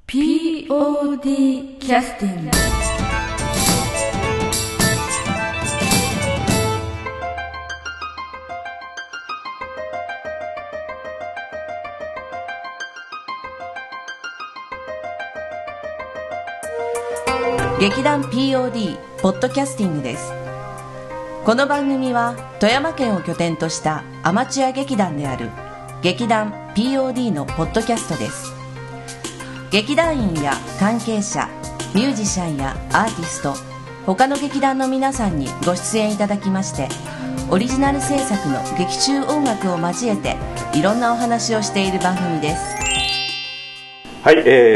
POD キャスティング。 劇団 POD ポッドキャスティングです。この番組は富山県を拠点としたアマチュア劇団である劇団 POD のポッドキャストです。劇団員や関係者、ミュージシャンやアーティスト、他の劇団の皆さんにご出演いただきまして、オリジナル制作の劇中音楽を交えていろんなお話をしている番組です。 はい、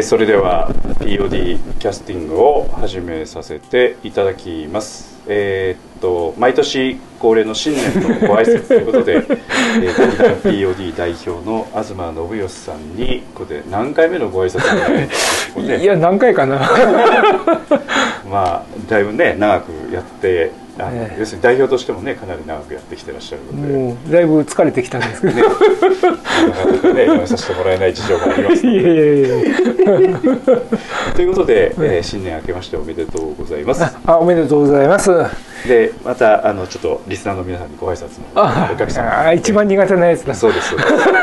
それでは POD キャスティングを始めさせていただきます。毎年恒例の新年のご挨拶ということで劇団 POD 代表の東信義さんにここで何回目のご挨拶になる、 いや何回かなまあだいぶね長くやって要するに代表としてもねかなり長くやってきてらっしゃるので、 もうだいぶ疲れてきたんですけどね、 なかなかねやめさせてもらえない事情がありますのでということで、新年明けましておめでとうございます。 おめでとうございます。 でまたちょっとリスナーの皆さんにご挨拶のお客様一番苦手なやつだ。 そうです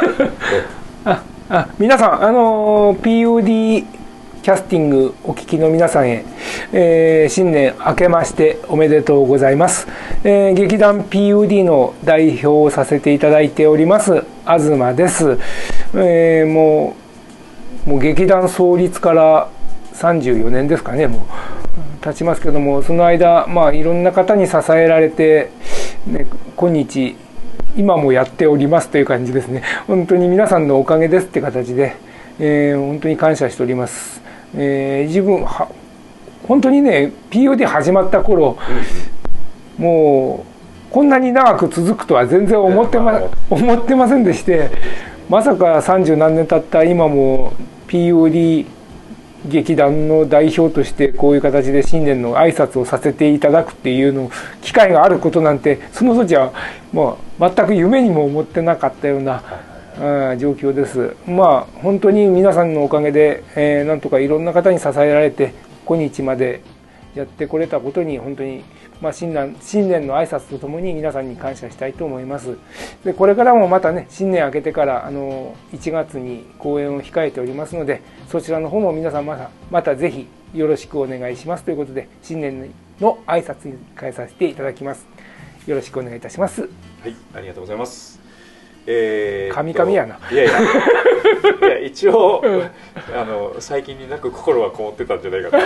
皆さんPOD キャスティングお聞きの皆さんへ、新年明けましておめでとうございます。劇団 POD の代表をさせていただいております東です。もう劇団創立から34年ですかね、もう経ちますけども、その間いろんな方に支えられて、ね、今日今もやっておりますという感じですね。本当に皆さんのおかげですって形で、本当に感謝しております。自分本当にね POD 始まった頃、もうこんなに長く続くとは全然思ってませんでして、まさか30何年経った今も POD 劇団の代表としてこういう形で新年の挨拶をさせていただくっていうの機会があることなんて、その時はもう全く夢にも思ってなかったような状況です。本当に皆さんのおかげで、なんとかいろんな方に支えられて今日までやってこれたことに本当に、新年の挨拶とともに皆さんに感謝したいと思います。でこれからもまたね新年明けてから1月に公演を控えておりますので、そちらの方も皆さんまたぜひよろしくお願いしますということで、新年の挨拶に変えさせていただきます。よろしくお願いいたします。 はい、ありがとうございます。 神々やな。 いや一応最近になく心はこもってたんじゃないかと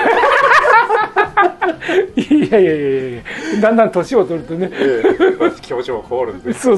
いやだんだん年を取るとね、 気持ちもこもるんでそう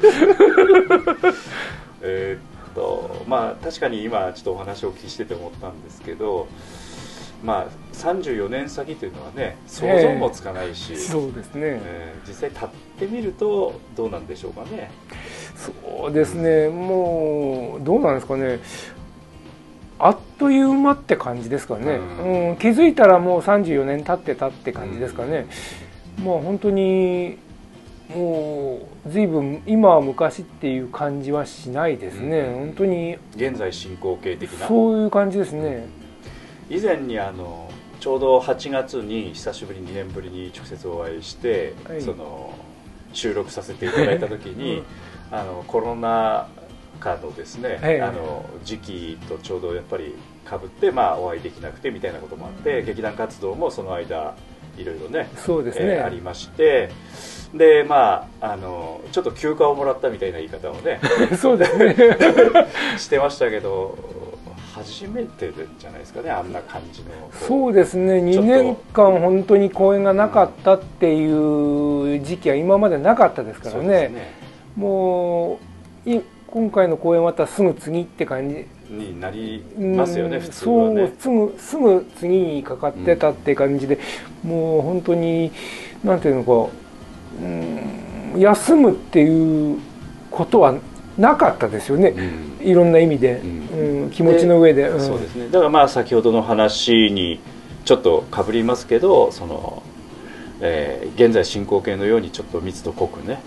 確かに今ちょっとお話をお聞きしてて思ったんですけど、34年先というのはね想像もつかないし、 そうですね、 実際立ってみるとどうなんでしょうかね。 そうですね、もうどうなんですかね、あっという間って感じですかね、気づいたらもう34年経ってたって感じですかね。もう本当にもう随分今は昔っていう感じはしないですね、本当に現在進行形的なそういう感じですね。 以前にちょうど8月に久しぶりに2年ぶりに直接お会いして、その収録させていただいた時にコロナ禍のですね、時期とちょうどやっぱり被ってお会いできなくてみたいなこともあって、劇団活動もその間いろいろね、 そうですね、 ありまして、でちょっと休暇をもらったみたいな言い方をねそうですねしてましたけど、初めてじゃないですかね、あんな感じの。 そうですね、2年間本当に公演がなかったっていう時期は今までなかったですからね。もう今回の公演終わったらすぐ次って感じになりますよね、普通はね。 すぐ次にかかってたって感じで、もう本当になんていうのか、休むっていうことはなかったですよね、いろんな意味で、気持ちの上で、 そうですね。だから先ほどの話にちょっとかぶりますけど、現在進行形のようにちょっと密度濃くね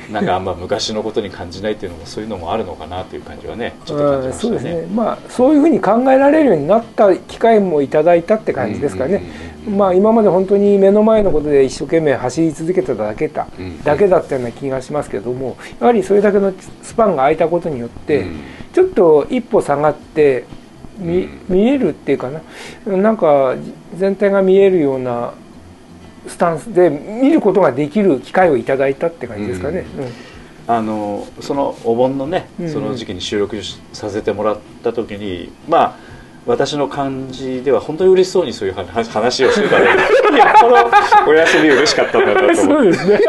なんかあんま昔のことに感じないっていうのもそういうのもあるのかなという感じはねちょっと感じましたね。 そうですね、まあ、そういうふうに考えられるようになった機会もいただいたって感じですかね。まあ、今まで本当に目の前のことで一生懸命走り続けてただけだったような気がしますけども、やはりそれだけのスパンが空いたことによってちょっと一歩下がって見えるっていうかな、なんか全体が見えるようなスタンスで見ることができる機会をいただいたって感じですかね。 そのお盆のねその時期に収録させてもらった時に、まあ私の感じでは本当に嬉しそうにそういう話をしてたのでいやこのお休み嬉しかったんだなと思ってそうですね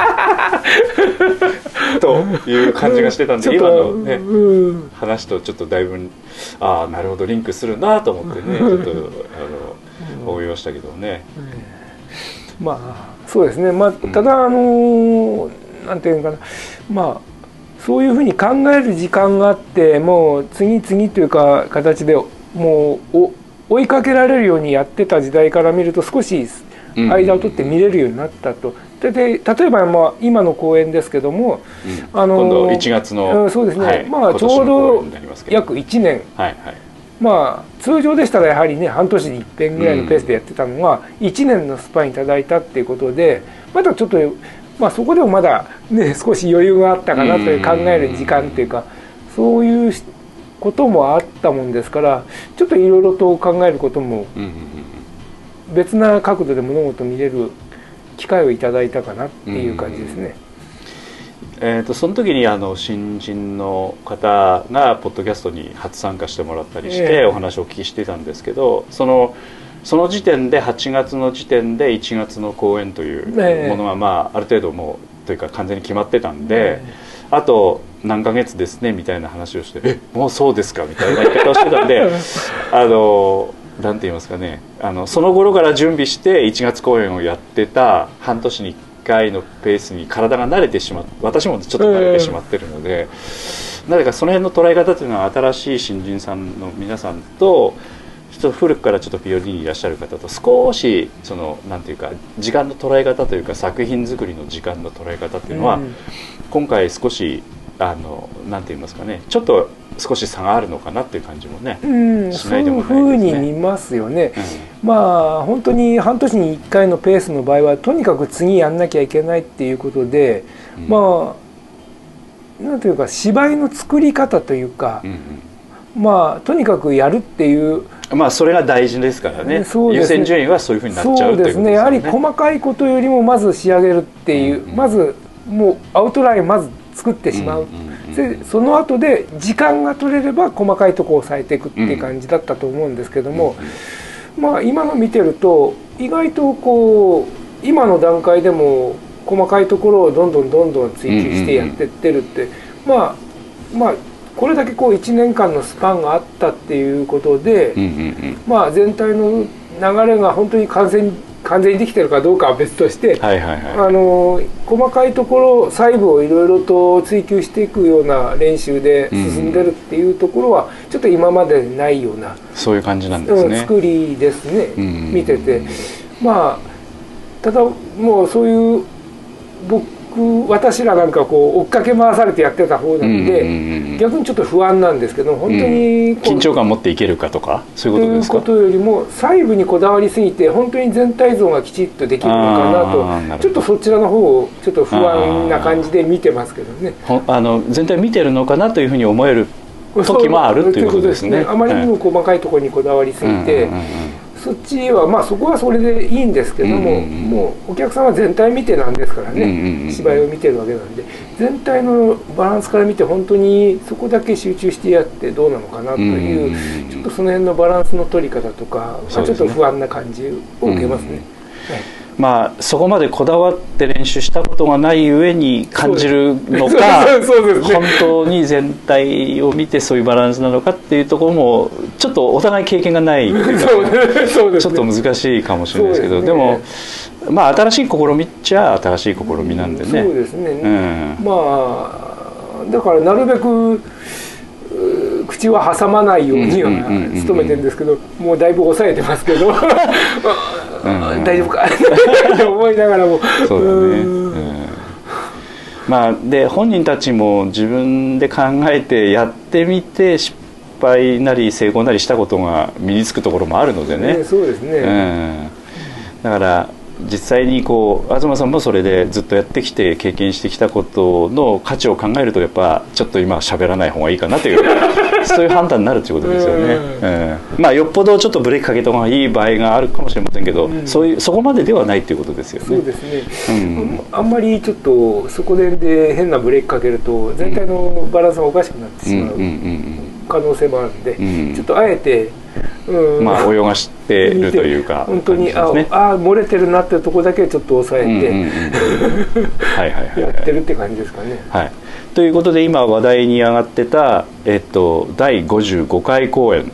という感じがしてたんで、今のね話とちょっとだいぶなるほどリンクするなと思ってねちょっと思いましたけどね。 まあそうですね、まあ、ただなんていうのかな、まあそういうふうに考える時間があって、もう次々というか形でもう追いかけられるようにやってた時代から見ると少し間を取って見れるようになったと。で例えばまあ今の公演ですけども、 今度1月のそうですね、まあちょうど約1年、まあ通常でしたらやはりね半年に一遍ぐらいのペースでやってたのが1年のスパンいただいたっていうことで、まだちょっとまあそこでもまだね少し余裕があったかなという考える時間っていうか、そういうこともあったもんですから、ちょっといろいろと考えることも別な角度で物事を見れる機会をいただいたかなっていう感じですね。 その時に新人の方がポッドキャストに初参加してもらったりしてお話をお聞きしてたんですけど、その時点で8月の時点で1月の公演というものはまあある程度もうというか完全に決まってたんで、あと何ヶ月ですねみたいな話をしてもうそうですかみたいな言い方をしてたんでなんて言いますかね、その頃から準備して1月公演をやってた半年に1回のペースに体が慣れてしまって、私もちょっと慣れてしまってるので、なぜかその辺の捉え方というのは新しい新人さんの皆さんとちょっと古くからちょっと POD にいらっしゃる方と少しなんていうか時間の捉え方というか作品作りの時間の捉え方っていうのは、今回少しなんて言いますかね、ちょっと少し差があるのかなっていう感じもね、しないでもないですね。そういうふうに見ますよね。まあ本当に半年に1回のペースの場合はとにかく次やんなきゃいけないっていうことで、まあなんていうか芝居の作り方というか、まあとにかくやるっていう。 まあそれが大事ですからね。優先順位はそういうふうになっちゃうということですね。 やはり細かいことよりもまず仕上げるっていう、まずもうアウトラインまず作ってしまう。でその後で時間が取れれば細かいところを抑えていくっていう感じだったと思うんですけども、まあ今の見てると意外とこう今の段階でも細かいところをどんどん追求してやってってるって、まあこれだけこう1年間のスパンがあったっていうことで、まあ全体の流れが本当に完全にできてるかどうかは別として、細かいところ細部をいろいろと追求していくような練習で進んでるっていうところはちょっと今までにないようなそういう感じなんですね。 作りですね、見てて。まあただもうそういう私らなんかこう追っかけ回されてやってた方なんで、逆にちょっと不安なんですけど、本当に緊張感持っていけるかとかそういうことですか。 ということよりも細部にこだわりすぎて本当に全体像がきちっとできるのかなと、ちょっとそちらの方をちょっと不安な感じで見てますけどね。 全体見てるのかなというふうに思える時もあるということですね。 あまりにも細かいところにこだわりすぎて、そっちはまあそこはそれでいいんですけども、もうお客さんは全体見てなんですからね、芝居を見てるわけなんで、全体のバランスから見て本当にそこだけ集中してやってどうなのかなという、ちょっとその辺のバランスの取り方とかちょっと不安な感じを受けますね。 まあそこまでこだわって練習したことがない上に感じるのか、本当に全体を見てそういうバランスなのかっていうところもちょっとお互い経験がないっていうかちょっと難しいかもしれないですけど、でもまあ新しい試みっちゃ新しい試みなんでね。 そうですね。まあだからなるべく口は挟まないようには努めてるんですけど、もうだいぶ抑えてますけど大丈夫かって思いながらも。 そうだね。 まあ、で本人たちも自分で考えてやってみて失敗なり成功なりしたことが身につくところもあるのでね、 そうですね、 だから実際にこう東さんもそれでずっとやってきて経験してきたことの価値を考えると、やっぱちょっと今は喋らない方がいいかなというそういう判断になるということですよね。まあよっぽどちょっとブレーキかけた方がいい場合があるかもしれませんけど、そこまでではないということですよね。 そうですね、あんまりちょっとそこで変なブレーキかけると全体のバランスがおかしくなってしまう可能性もあるんで、ちょっとあえてまあ泳がしてるというか、 本当に漏れてるなっていうところだけちょっと抑えてやってるって感じですかね。 はい、ということで今話題に上がってた、第55回公演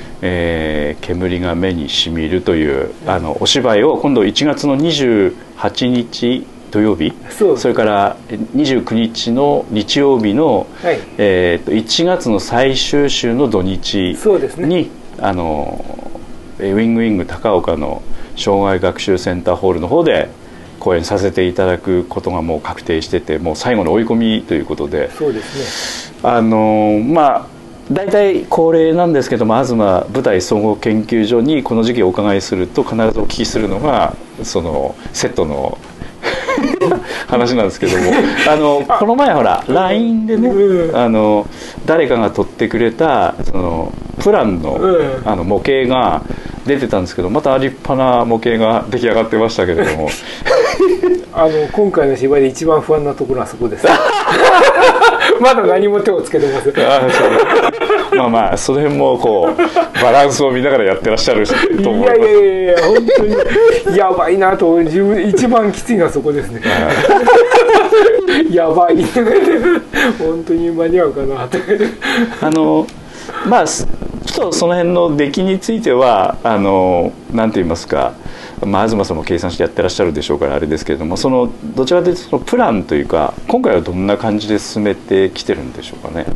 「煙が目にしみる」というお芝居を今度1月の28日土曜日、それから29日の日曜日の、1月の最終週の土日に、ウィングウィング高岡の障害学習センターホールの方で公演させていただくことがもう確定してて、もう最後の追い込みということで、 そうですね、 まあ大体恒例なんですけども、東舞台総合研究所にこの時期お伺いすると必ずお聞きするのがそのセットの話なんですけども、この前ほら LINE でね、誰かが撮ってくれたそのプランの、模型が出てたんですけど、また立派な模型が出来上がってましたけれども今回の芝居で一番不安なところはそこですまだ何も手をつけてません。 まあまあその辺もこうバランスを見ながらやってらっしゃると思います。 いや本当にやばいなと、自分一番きついのはそこですねやばい本当に間に合うかなってまあちょっとその辺の出来についてはなんて言いますか、東さんも計算してやってらっしゃるでしょうからあれですけれども、どちらかというとそのプランというか、今回はどんな感じで進めてきてるんでしょうかね。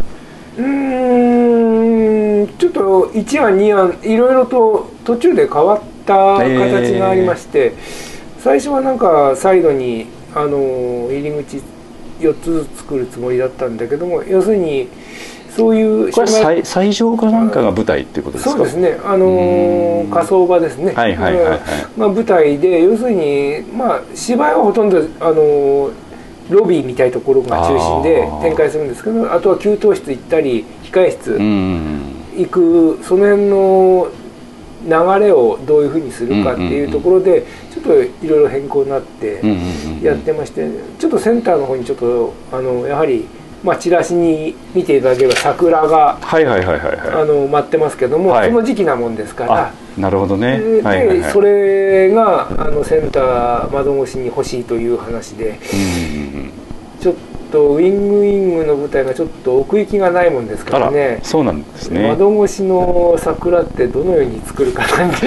ちょっと1案2案いろいろと途中で変わった形がありまして、最初はなんかサイドに入り口4つずつ作るつもりだったんだけども、要するにそういうこれ最上かなんかが舞台っていうことですか。 そうですね、火葬場ですねが舞台で、要するにまあ芝居はほとんどロビーみたいなところが中心で展開するんですけど、あとは給湯室行ったり控え室行く、その辺の流れをどういうふうにするかっていうところでちょっといろいろ変更になってやってまして、ちょっとセンターの方にちょっとやはりチラシに見ていただければ桜が舞ってますけども、その時期なもんですから。 なるほどね。 でそれがセンター窓越しに欲しいという話で、ちょっとウィングウィングの舞台がちょっと奥行きがないもんですからね。 そうなんですね。 窓越しの桜ってどのように作るかなんて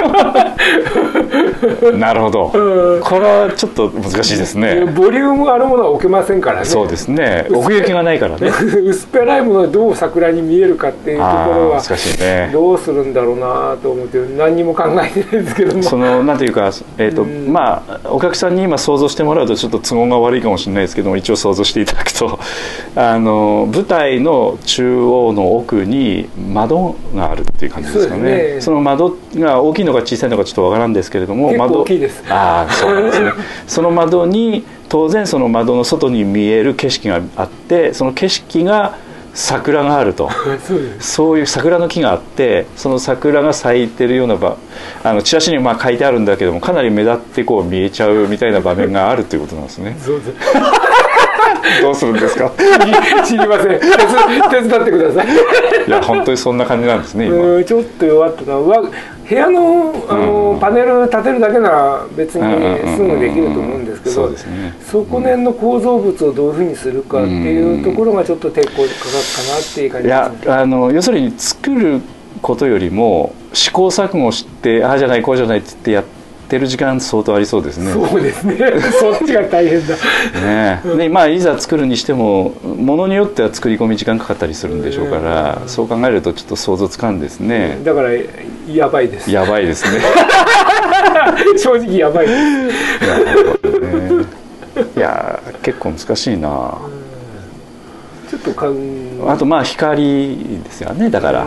いうなるほど、これはちょっと難しいですね。 ボリュームあるものは置けませんからね。 そうですね、奥行きがないからね薄っぺらいものがどう桜に見えるかっていうところは難しいね。 どうするんだろうなと思って何にも考えてないんですけども、 なんていうか、まあお客さんに今想像してもらうとちょっと都合が悪いかもしれないですけども、一応想像していただくと舞台の中央の奥に窓があるっていう感じですかね。その窓が大きいのか小さいのかちょっとわからんですけれども、 結構大きいです。 そうなんですねその窓に当然その窓の外に見える景色があって、その景色が桜があるとそういう桜の木があって、その桜が咲いてるようなチラシに書いてあるんだけども、かなり目立ってこう見えちゃうみたいな場面があるということなんですね。 そうですどうするんですか知りません、手伝ってくださいいや本当にそんな感じなんですね今。 ちょっと弱ったな。部屋のパネル立てるだけなら別にすぐできると思うんですけど、そこねの構造物をどういうふうにするかっていうところがちょっと抵抗かかるかなっていう感じですね。 いや要するに作ることよりも試行錯誤してああじゃないこうじゃないって言ってやってる時間相当ありそうですね。 そうですねそっちが大変だね。でまあいざ作るにしてもものによっては作り込み時間かかったりするんでしょうから、そう考えるとちょっと想像つかんですね。 だからやばいです。 やばいですね正直やばいです。 いや結構難しいな。 ちょっとあとまあ光ですよね、だから、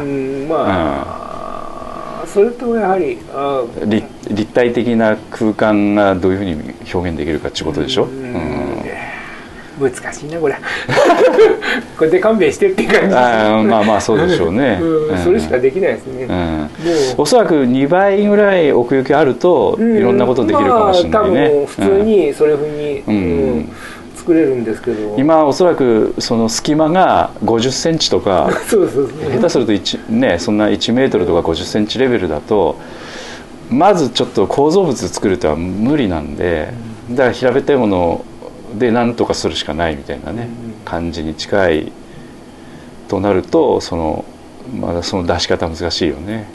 それとやはり立体的な空間がどういうふうに表現できるかっていうことでしょ。 難しいなこれこれで勘弁してっていう感じです。 まあまあそうでしょうね。 それしかできないですね。 おそらく2倍ぐらい奥行きあるといろんなことできるかもしれないね。 多分普通にそういうふうに作れるんですけど、 今おそらくその隙間が50センチとか下手するとそんな1メートルとか50センチレベルだとまずちょっと構造物作るとは無理なんで、だから平べったいもので何とかするしかないみたいなね感じに近いとなると、まだその出し方難しいよね。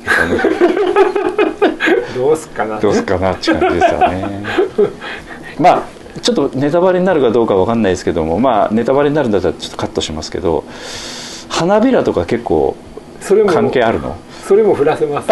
どうすっかなっていう感じですよね。まあちょっとネタバレになるかどうかわかんないですけども、まあネタバレになるんだったらちょっとカットしますけど、花びらとか結構関係あるの？ それも振らせます。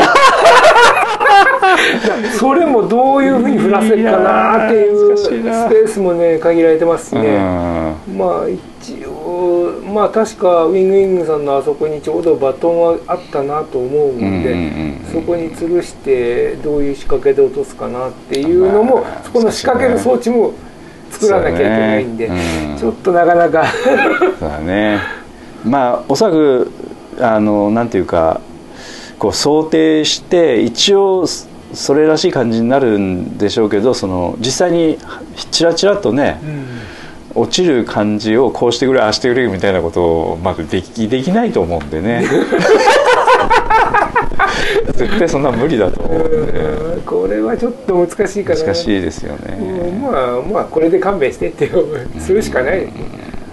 それもどういうふうに振らせるかなっていうスペースもね限られてますしね。まあ一応確かウィングウィングさんのあそこにちょうどバトンはあったなと思うんで、そこに吊るしてどういう仕掛けで落とすかなっていうのも、そこの仕掛ける装置も作らなきゃいけないんで、ちょっとなかなかそうだね。まあおそらくなんていうかこう想定して一応それらしい感じになるんでしょうけど、実際にチラチラとね、落ちる感じをこうしてくれああしてくれみたいなことをまずできないと思うんでね。絶対そんな無理だと思うんで、 これはちょっと難しいかな。 難しいですよね。 まあこれで勘弁してってするしかないですね。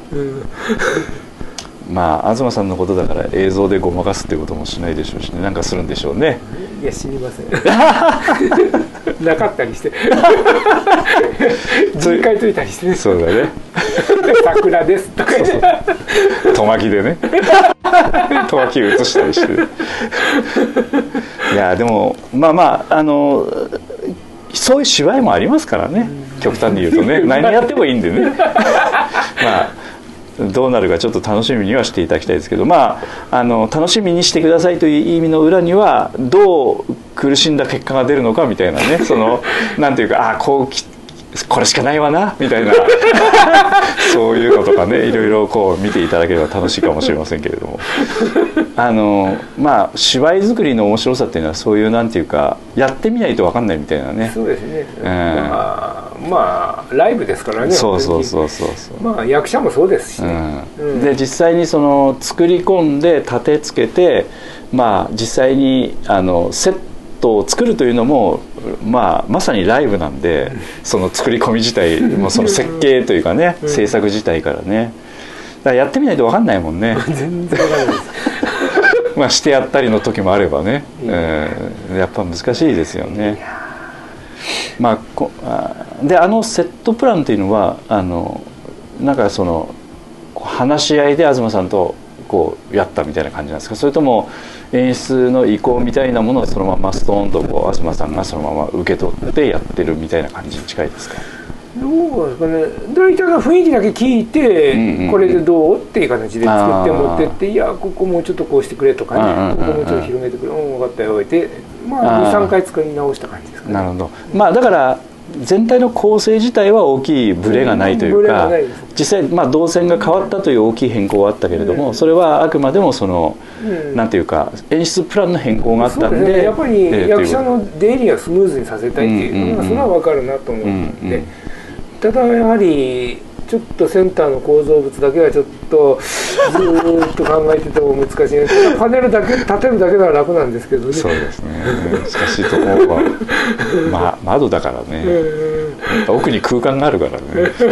まあ東さんのことだから映像でごまかすっていうこともしないでしょうしね、なんかするんでしょうね。 いや知りません。なかったりして人海といたりしてね。 そうだね。 桜ですとかとまきでねとまき映したりして。いやでもまあそういう芝居もありますからね、極端に言うとね。何やってもいいんでね。まあどうなるかちょっと楽しみにはしていただきたいですけど、まあ楽しみにしてくださいという意味の裏にはどう苦しんだ結果が出るのかみたいなね、なんていうかこれしかないわなみたいなそういうのとかね、いろいろこう見ていただければ楽しいかもしれませんけれども、まあ芝居作りの面白さっていうのはそういうなんていうかやってみないと分かんないみたいなね。 そうですね。まあライブですからね。 そう。 まあ役者もそうですしね。 で実際に作り込んで立て付けて、まあ実際にセットを作るというのも、まさにライブなんで、作り込み自体も設計というかね、制作自体からね、だからやってみないと分かんないもんね。 全然分かんないです。 まあしてやったりの時もあればね、やっぱ難しいですよね。まあでセットプランっていうのはなんか話し合いで東さんとこうやったみたいな感じなんですか、それとも演出の意向みたいなものをそのままストーンと東さんがそのまま受け取ってやってるみたいな感じに近いですか？ どうですかね。大体雰囲気だけ聞いて、これでどうっていう形で作って持ってって、いやここもうちょっとこうしてくれとかね、ここもうちょっと広げてくれ、分かったよって23回作り直した感じですかね。 なるほど。まあだから全体の構成自体は大きいブレがないというか、実際動線が変わったという大きい変更はあったけれども、それはあくまでもなんていうか演出プランの変更があったんで、 やっぱり役者の出入りをスムーズにさせたいっていうのがそれは分かるなと思うので、ただやはりちょっとセンターの構造物だけはちょっとずーっと考えてても難しい。パネルだけ立てるだけなら楽なんですけどね。そうですね。 難しいと思うわ。窓だからね。奥に空間があるからね。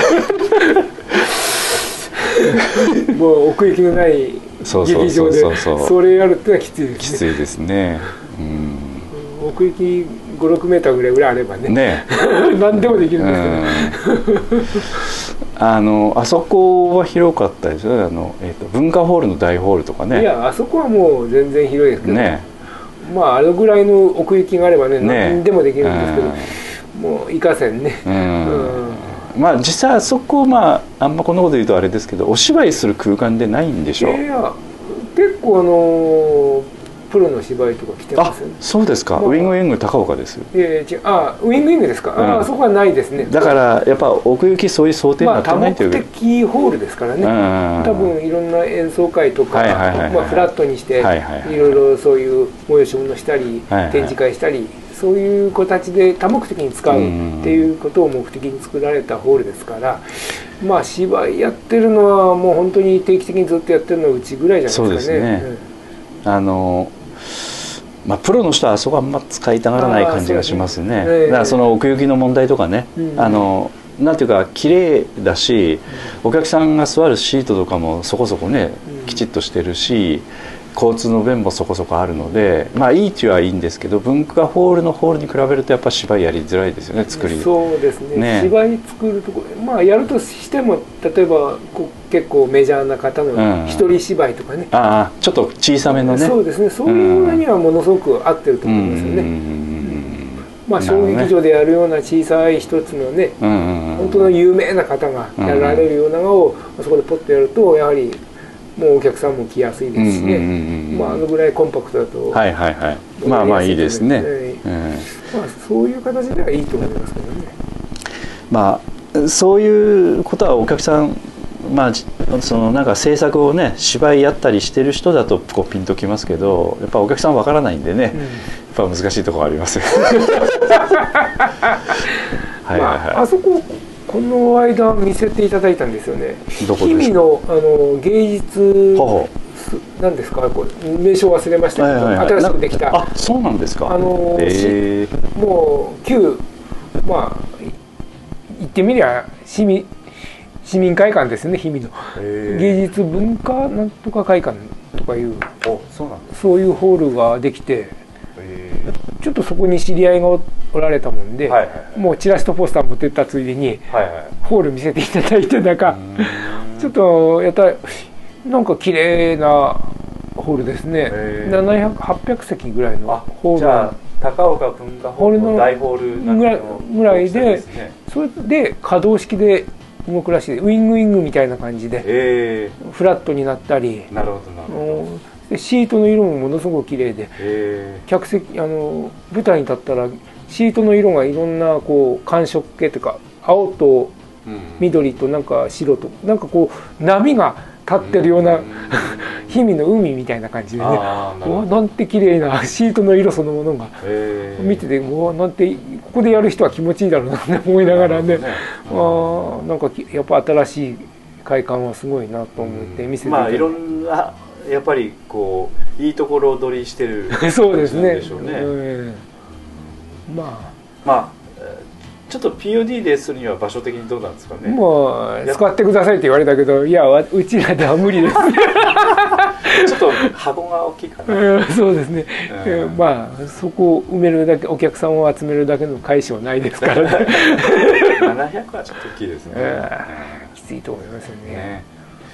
もう奥行きのない劇場でそれやるってのはきついですね。 きついですね。 奥行き5-6メーターぐらいあればね。何でもできるんですけど。 あそこは広かったですよね。文化ホールの大ホールとかね。 いやあそこはもう全然広いですけどね。まああれぐらいの奥行きがあればね何でもできるんですけど、もういかせんね。 まあ実際あそこあんまこんなこと言うとあれですけどお芝居する空間でないんでしょう。 いや結構プロの芝居とか来てますよね。 そうですか。ウィングウィング高岡です。 違う、ウィングウィングですか。そこはないですね。 だからやっぱ奥行きそういう想定になってないという。 多目的ホールですからね。多分いろんな演奏会とかフラットにしていろいろそういう催し物したり展示会したりそういう形で多目的に使うっていうことを目的に作られたホールですから、芝居やってるのはもう本当に定期的にずっとやってるのはうちぐらいじゃないですかね。そうですね。プロの人はあそこはあんま使いたがらない感じがしますね。だからその奥行きの問題とかね、なんていうか綺麗だし、お客さんが座るシートとかもそこそこねきちっとしてるし、交通の便もそこそこあるので、いいっていうはいいんですけど、文化ホールのホールに比べるとやっぱ芝居やりづらいですよね、作り。 そうですね。芝居作るとこやるとしても例えば結構メジャーな方の一人芝居とかね、 ちょっと小さめのね。 そうですね。そういうのにはものすごく合ってると思いますよね。小劇場でやるような小さい一つのね、本当の有名な方がやられるようなのをそこでポッとやるとやはりもうお客さんも来やすいですしね。あのぐらいコンパクトだといいですね。 そういう形ではいいと思いますけどね。そういうことはお客さんそのなんか制作をね芝居やったりしてる人だとピンときますけど、やっぱお客さんわからないんでね、やっぱ難しいところありますよ。 あそここの間見せていただいたんですよね。 どこですか？ 氷見の芸術なんですか、これ名称忘れましたけど、新しくできた。 そうなんですか。もう旧言ってみりゃ市民会館ですね、氷見の芸術文化なんとか会館とかいうそういうホールができて、ちょっとそこに知り合いがおられたもんで、もうチラシとポスター持ってったついでにホール見せていただいて、ちょっとやったらなんか綺麗なホールですね。700、800席ぐらいのホール。 じゃあ高岡文化ホールの大ホールぐらいで、それで可動式で動くらしい。ウィングウィングみたいな感じでフラットになったり。 なるほどなるほど。シートの色もものすごく綺麗で、客席舞台に立ったらシートの色がいろんな寒色系というか、青と緑となんか白となんか波が立ってるような氷見の海みたいな感じでね、なんて綺麗なシートの色そのものが見てて、なんてここでやる人は気持ちいいだろうなって思いながらね、なんかやっぱ新しい会館はすごいなと思って見せていただいて、 いろんなやっぱりいいところ取りしてるそうですね。 ちょっと POD でするには場所的にどうなんですかね。 もう使ってくださいって言われたけど、いやうちらでは無理ですちょっと箱が大きいかな。 そうですね。そこを埋めるだけ、お客さんを集めるだけの会所はないですからね。 700はちょっと大きいですね。 きついと思いますよね。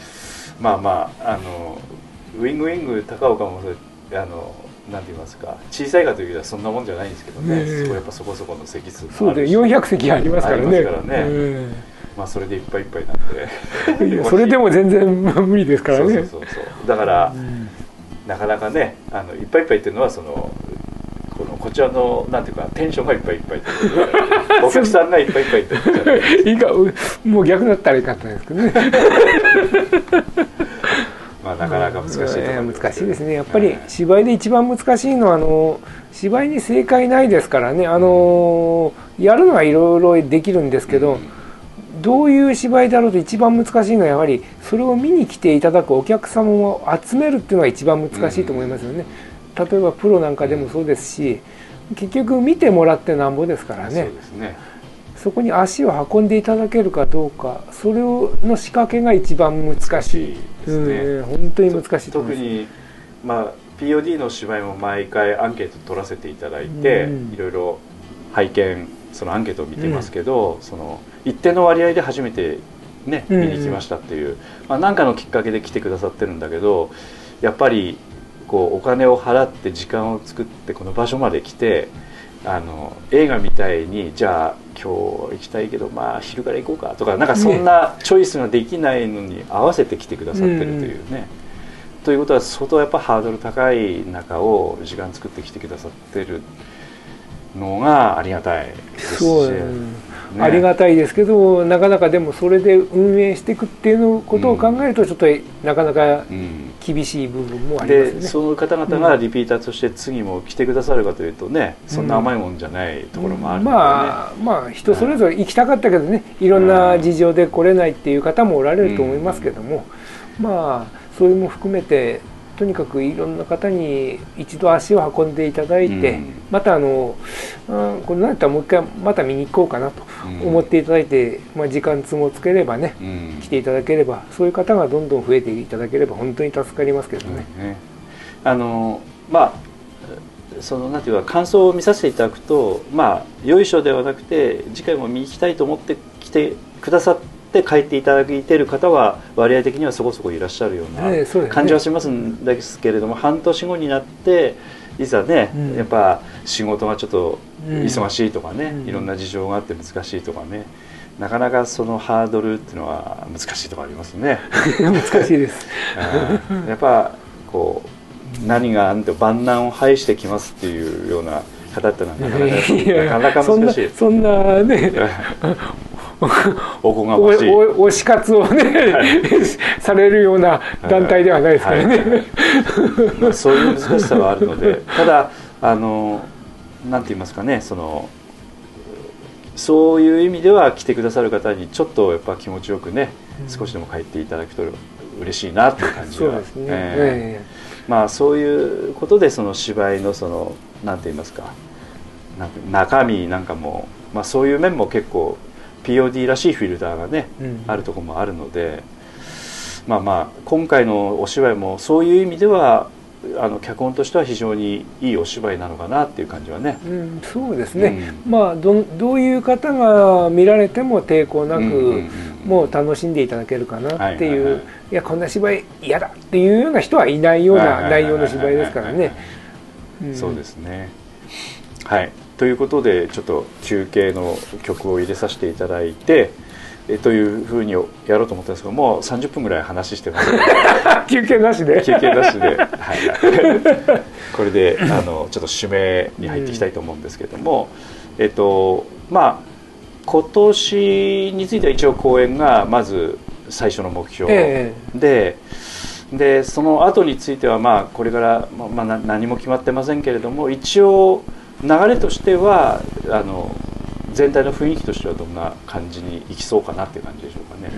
ウィングウィング高岡もなんて言いますか、小さいかというとそんなもんじゃないんですけどね、やっぱそこそこの席数もあるし、 そうで400席ありますからね。 それでいっぱいいっぱいなんでそれでも全然無理ですからね。 そうだから、なかなかねいっぱいいっぱいっていうのはこちらのなんていうかテンションがいっぱいいっぱいお客さんがいっぱいいっぱいってもう逆だったらいいかったんですけどね。 なかなか難しいところ難しいですね。やっぱり芝居で一番難しいのは芝居に正解ないですからね。やるのはいろいろできるんですけど、どういう芝居だろうと一番難しいのはやはりそれを見に来ていただくお客様を集めるっていうのが一番難しいと思いますよね。例えばプロなんかでもそうですし、結局見てもらってなんぼですからね。そこに足を運んでいただけるかどうか、それの仕掛けが一番難しいですね。本当に難しいと思います。 特にPOD の芝居も毎回アンケート取らせていただいて、いろいろ拝見、そのアンケートを見てますけど、一定の割合で初めてね見に来ましたっていう、何かのきっかけで来てくださってるんだけど、やっぱりお金を払って時間を作ってこの場所まで来て、映画みたいにじゃあ今日行きたいけどまあ昼から行こうかとかなんかそんなチョイスができないのに合わせて来てくださってるというね、ということは相当やっぱハードル高い中を時間作ってきてくださってるのがありがたいですし、 そうね、ありがたいですけど、なかなかでもそれで運営していくっていうことを考えるとちょっとなかなか厳しい部分もありますね。 でその方々がリピーターとして次も来てくださるかというとね、そんな甘いもんじゃないところもあるのでね、 まあ人それぞれ行きたかったけどね、いろんな事情で来れないっていう方もおられると思いますけども、まあそれも含めてとにかくいろんな方に一度足を運んでいただいて、またこれなんやったらもう一回また見に行こうかなと思っていただいて、時間つもつければね、来ていただければ、そういう方がどんどん増えていただければ本当に助かりますけどね。 まあそのなんていうか感想を見させていただくと、まあよいしょではなくて次回も見に行きたいと思って来てくださって帰っていただいている方は割合的にはそこそこいらっしゃるような感じはしますんですけれども、半年後になっていざね、やっぱ仕事がちょっと忙しいとかね、いろんな事情があって難しいとかね、なかなかそのハードルっていうのは難しいところありますね。 難しいです。 やっぱこう何が何でも万難を排してきますっていうような方ってのはなかなか難しい。 そんなねおこがましい推し活をねされるような団体ではないですからね。 そういう難しさはあるので、ただなんて言いますかね、そういう意味では来てくださる方にちょっとやっぱ気持ちよくね、少しでも帰っていただくと嬉しいなっていう感じは。まあそういうことでその芝居のなんて言いますか、中身なんかも、まあ、そういう面も結構POD らしいフィルターがね、あるところもあるので、まあ今回のお芝居もそういう意味では脚本としては非常にいいお芝居なのかなっていう感じはね、 そうですね、まあどういう方が見られても抵抗なく、もう楽しんでいただけるかなっていう、いやこんな芝居嫌だっていうような人はいないような内容の芝居ですからね。 そうですね。はい、ということでちょっと休憩の曲を入れさせていただいてというふうにやろうと思ったんですけど、もう30分ぐらい話してます。 休憩なしで休憩なしで、これでちょっと締めに入っていきたいと思うんですけども、まあ今年については一応公演がまず最初の目標で、その後についてはまあこれから、何も決まってませんけれども、一応流れとしては全体の雰囲気としてはどんな感じにいきそうかなっていう感じでしょうか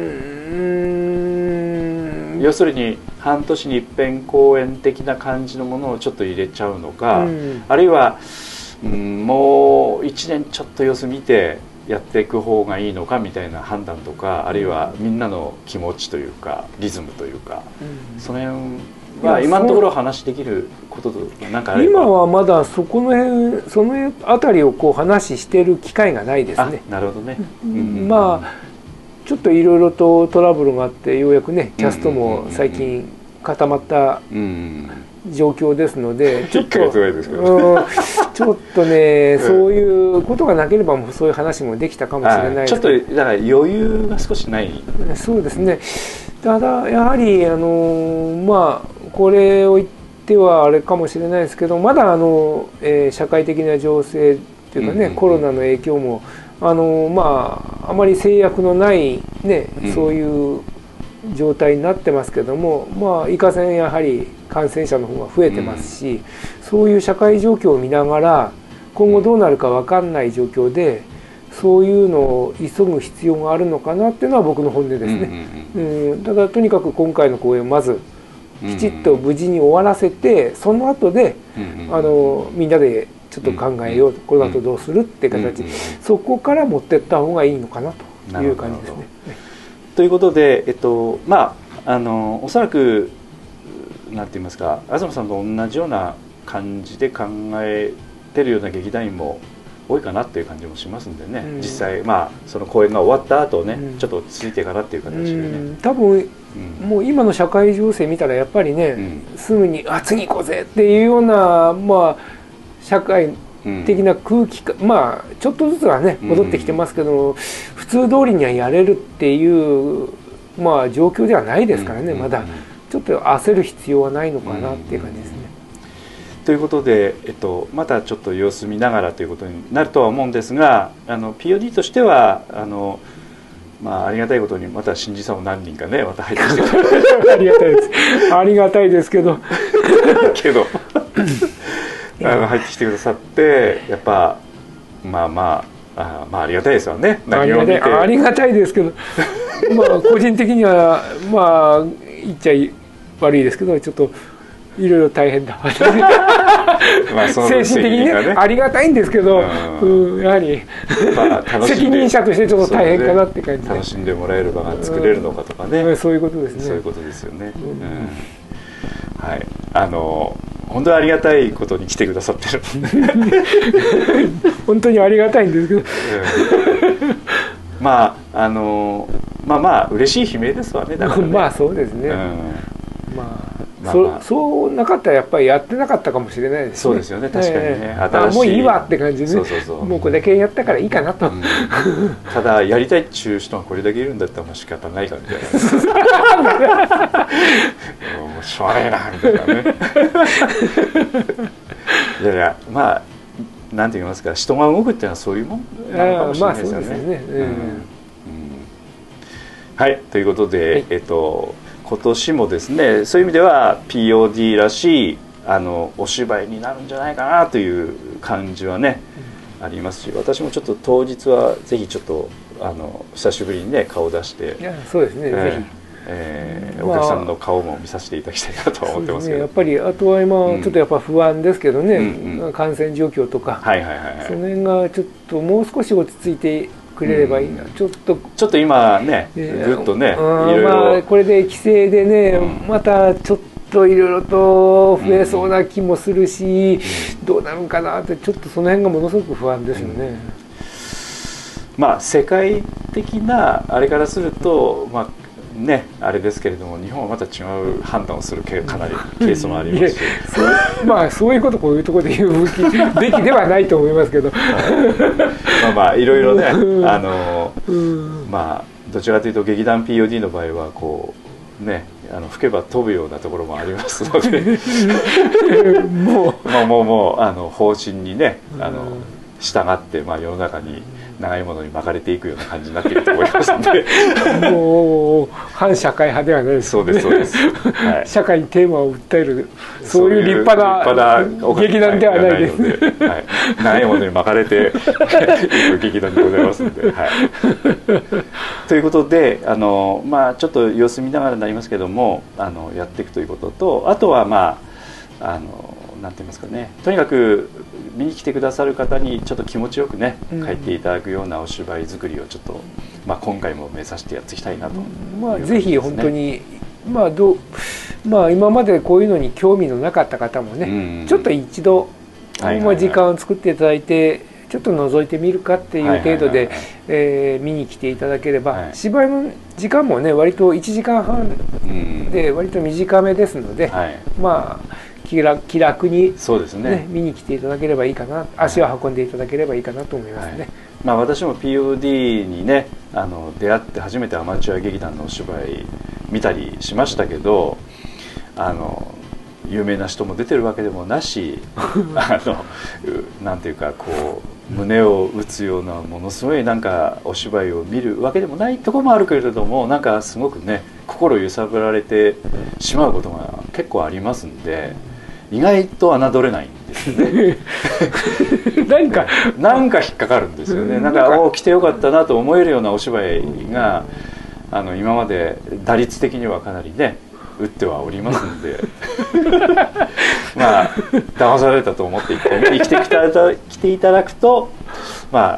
ね。要するに半年に一遍公演的な感じのものをちょっと入れちゃうのか、あるいはもう1年ちょっと様子見てやっていく方がいいのかみたいな判断とか、あるいはみんなの気持ちというかリズムというか、その辺は今のところ話できることとなんかあれば。 今はまだそのあたりをこう話してる機会がないですね。 なるほどね。 まあちょっといろいろとトラブルがあってようやくねキャストも最近固まった状況ですので、ちょっとねそういうことがなければもうそういう話もできたかもしれないですけど、 ちょっとだから余裕が少しない。 そうですね。ただやはりまあこれを言ってはあれかもしれないですけど、まだ社会的な情勢というかね、コロナの影響もまああまり制約のないね、そういう状態になってますけども、まあいかせんやはり感染者の方が増えてますし、そういう社会状況を見ながら今後どうなるか分かんない状況で、そういうのを急ぐ必要があるのかなっていうのは僕の本音ですね。ただとにかく今回の公演をまずきちっと無事に終わらせて、その後でみんなでちょっと考えよう、この後どうするって形、そこから持っていった方がいいのかなという感じですね。 ということで、まあおそらくなんて言いますか、東さんと同じような感じで考えてるような劇団員も多いかなっていう感じもしますんでね、実際まあその公演が終わった後ね、ちょっと落ち着いてからっていう形でね、 多分もう今の社会情勢見たらやっぱりね、すぐに次行こうぜっていうようなまあ社会的な空気感、まあちょっとずつはね戻ってきてますけど、普通通りにはやれるっていうまあ状況ではないですからね、まだちょっと焦る必要はないのかなっていう感じですね。 ということで、またちょっと様子見ながらということになるとは思うんですが、POD としてはまあ、ありがたいことにまた新人さんも何人かねまた入ってきてくれてありがたいですありがたいですけど入ってきてくださってやっぱまあありがたいですよね。 ありがたいですけどまあ個人的にはまあ言っちゃ悪いですけどちょっといろいろ大変だまあ精神的にねありがたいんですけど、やはり、責任者としてちょっと大変かなって感じで、 楽しんでもらえる場が作れるのかとかね、 そういうことですね。 そういうことですよね。はい、本当にありがたいことに来てくださってる本当にありがたいんですけど、 まあ嬉しい悲鳴ですわね。だからねまあそうですね。そうなかったらやっぱりやってなかったかもしれないですね。 そうですよね、確かにね。 もういいわって感じで、もうこれだけやったからいいかなと。 ただやりたいっちゅう人がこれだけいるんだったら仕方ないからみたいな。もうしょうがないなみたいなね。いやまあなんて言いますか、人が動くっていうのはそういうもんなのかもしれないですよね。はい、ということで今年もですね、そういう意味では POD らしいお芝居になるんじゃないかなという感じはね、ありますし、私もちょっと当日はぜひちょっと久しぶりにね顔を出して、 そうですね、ぜひお客さんの顔も見させていただきたいなとは思ってますけど、 やっぱりあとは今ちょっとやっぱ不安ですけどね、感染状況とかその辺がちょっともう少し落ち着いてくれればいいな、ちょっと今ねぐっとねいろいろこれで規制でね、またちょっといろいろと増えそうな気もするし、どうなるんかなってちょっとその辺がものすごく不安ですよね。 まあ世界的なあれからするとまあね、あれですけれども、日本はまた違う判断をするかなりケースもありますしまあそういうことこういうところで言うべきではないと思いますけどまあいろいろねまあどちらかというと劇団 POD の場合はこうね吹けば飛ぶようなところもありますのでもう方針にね従ってまあ世の中に長いものに巻かれていくような感じになっていると思いますのでもう反社会派ではないです、 そうですそうです、 はい、社会にテーマを訴えるそういう立派な劇団ではないです、 はい、長いものに巻かれていく劇団でございますので、はい、ということでまあちょっと様子見ながらになりますけどもやっていくということと、あとはまあなんて言いますかね、とにかく見に来てくださる方にちょっと気持ちよくね書いていただくようなお芝居作りをちょっと、まあ、今回も目指してやっていきたいなと、 まあ、ぜひ本当に、まあ、今までこういうのに興味のなかった方もね、ちょっと一度、時間を作っていただいてちょっと覗いてみるかっていう程度で見に来ていただければ、芝居の時間もね割と1時間半で割と短めですので、まあ気楽に、見に来ていただければいいかな、足を運んでいただければいいかなと思いますね。 まあ、私も POD にね出会って初めてアマチュア劇団のお芝居見たりしましたけど、有名な人も出てるわけでもなしなんていうかこう胸を打つようなものすごいなんかお芝居を見るわけでもないところもあるけれども、なんかすごくね心揺さぶられてしまうことが結構ありますんで、意外と侮れないんですよねなんか引っかかるんですよね。なんか来てよかったなと思えるようなお芝居が今まで打率的にはかなりね打ってはおりますんでまあ騙されたと思って1回目に来ていただくとま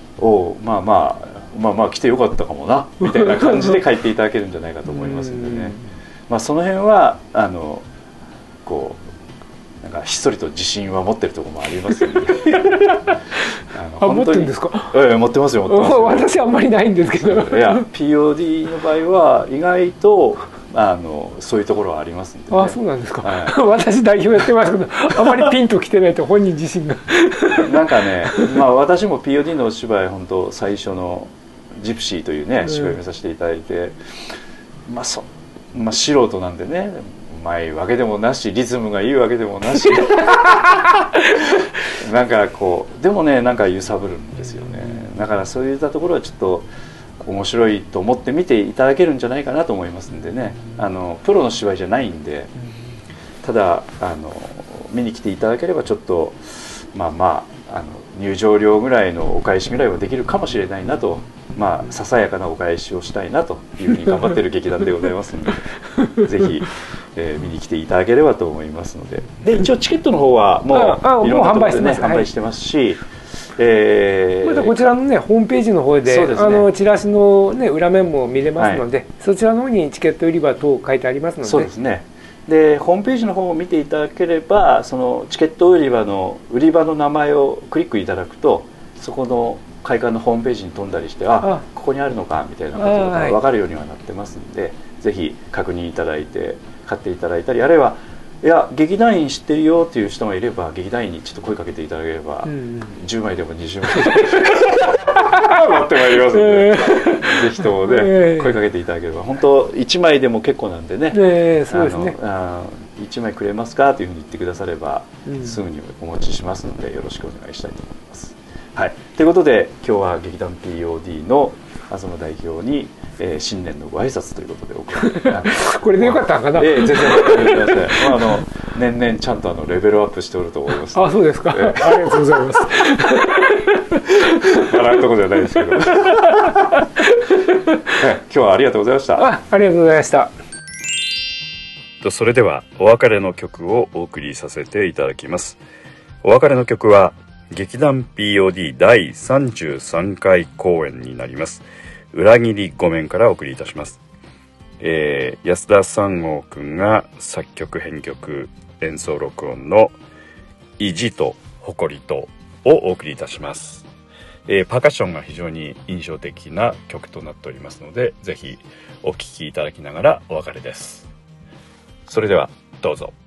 あ来てよかったかもなみたいな感じで書いていただけるんじゃないかと思いますんでね、まあ、その辺はこうなんかひっそりと自信は持ってるところもありますので持ってるんですか？ 持ってますよ。 私あんまりないんですけど、 いや POD の場合は意外とそういうところはありますんで、ね、 そうなんですか、私代表やってますけどあまりピンときてないと本人自身がなんかね、まあ、私も POD のお芝居本当最初のジプシーというね芝居を見させていただいて、まあ素人なんでね、うまいわけでもなしリズムがいいわけでもなしなんかこうでもねなんか揺さぶるんですよね。だからそういったところはちょっと面白いと思って見ていただけるんじゃないかなと思いますんでね、プロの芝居じゃないんで、ただ見に来ていただければちょっと入場料ぐらいのお返しぐらいはできるかもしれないなと、ささやかなお返しをしたいなというふうに頑張っている劇団でございますのでぜひ、見に来ていただければと思いますので、一応チケットの方はもういろんなところでね販売してますし、 またこちらのねホームページの方で、チラシのね裏面も見れますので、そちらの方にチケット売り場等書いてありますので、 そうですね。でホームページの方を見ていただければ、そのチケット売り場の名前をクリックいただくと、そこの会館のホームページに飛んだりして、ここにあるのかみたいなことが分かるようにはなってますんで、ぜひ確認いただいて買っていただいたり、あるいはいや劇団員知ってるよっていう人がいれば劇団員にちょっと声かけていただければ、10枚でも20枚でも持ってまいりますので、ぜひともね声かけていただければ、本当1枚でも結構なんでね、 そうですね、 1枚くれますかというふうに言ってくだされば、すぐにお持ちしますのでよろしくお願いしたいと思います。はい、ということで今日は劇団 POD の東代表に、新年のご挨拶ということでこれでよかったんかな。 全然年々ちゃんとレベルアップしておると思います。 あ、そうですか。ありがとうございます。 笑うところじゃないですけど今日はありがとうございました。 ありがとうございました。 それではお別れの曲をお送りさせていただきます。お別れの曲は劇団 POD 第33回公演になります裏切り御免からお送りいたします。安田三郷くんが作曲編曲演奏録音の意地と誇りとをお送りいたします。パーカッションが非常に印象的な曲となっておりますので、ぜひお聴きいただきながらお別れです。それではどうぞ。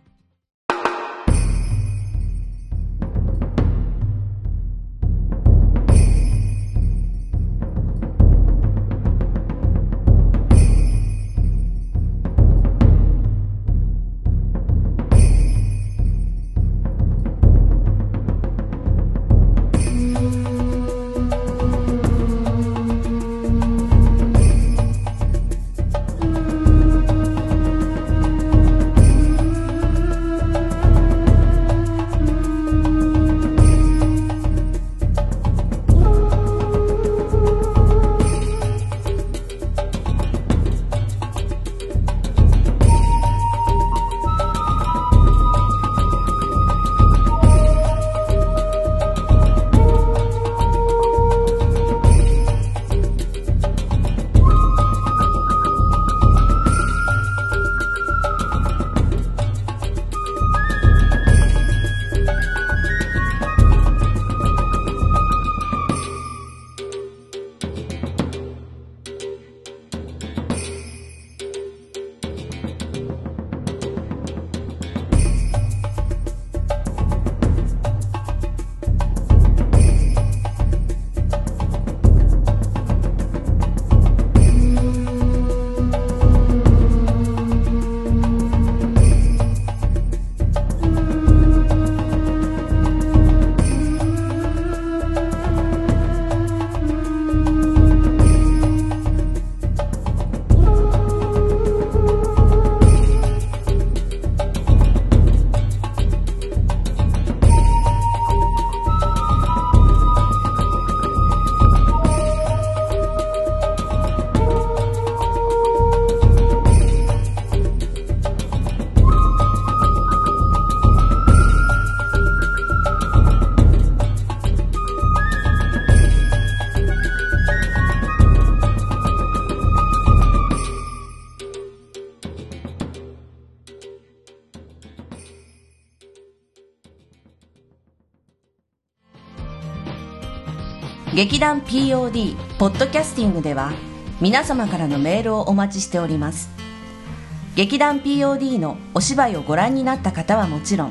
劇団 POD ポッドキャスティングでは皆様からのメールをお待ちしております。劇団 POD のお芝居をご覧になった方はもちろん、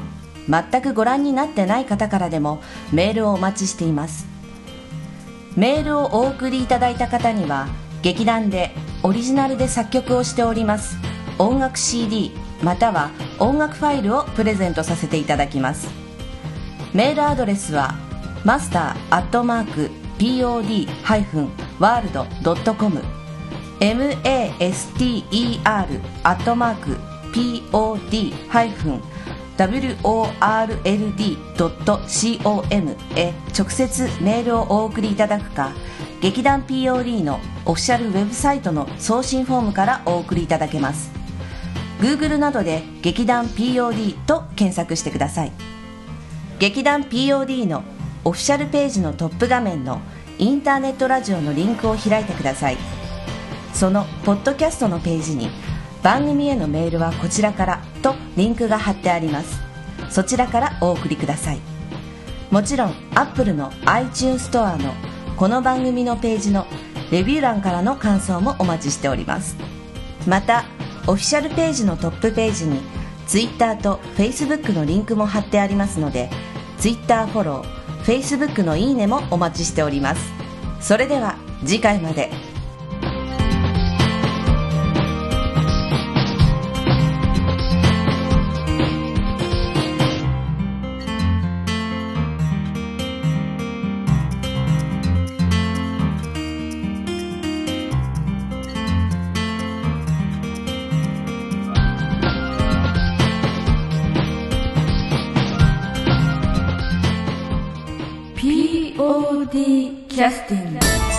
全くご覧になってない方からでもメールをお待ちしています。メールをお送りいただいた方には劇団でオリジナルで作曲をしております音楽 CD または音楽ファイルをプレゼントさせていただきます。メールアドレスはmaster@pod-world.com master@pod-world.com へ直接メールをお送りいただくか、劇団 POD のオフィシャルウェブサイトの送信フォームからお送りいただけます。 Google などで劇団 POD と検索してください。劇団 POD のオフィシャルページのトップ画面のインターネットラジオのリンクを開いてください。そのポッドキャストのページに番組へのメールはこちらからとリンクが貼ってあります。そちらからお送りください。もちろん Apple の iTunes ストアのこの番組のページのレビュー欄からの感想もお待ちしております。またオフィシャルページのトップページに Twitter と Facebook のリンクも貼ってありますので、 Twitter フォロー、 Facebook のいいねもお待ちしております。それでは次回まで。 POD キャスティング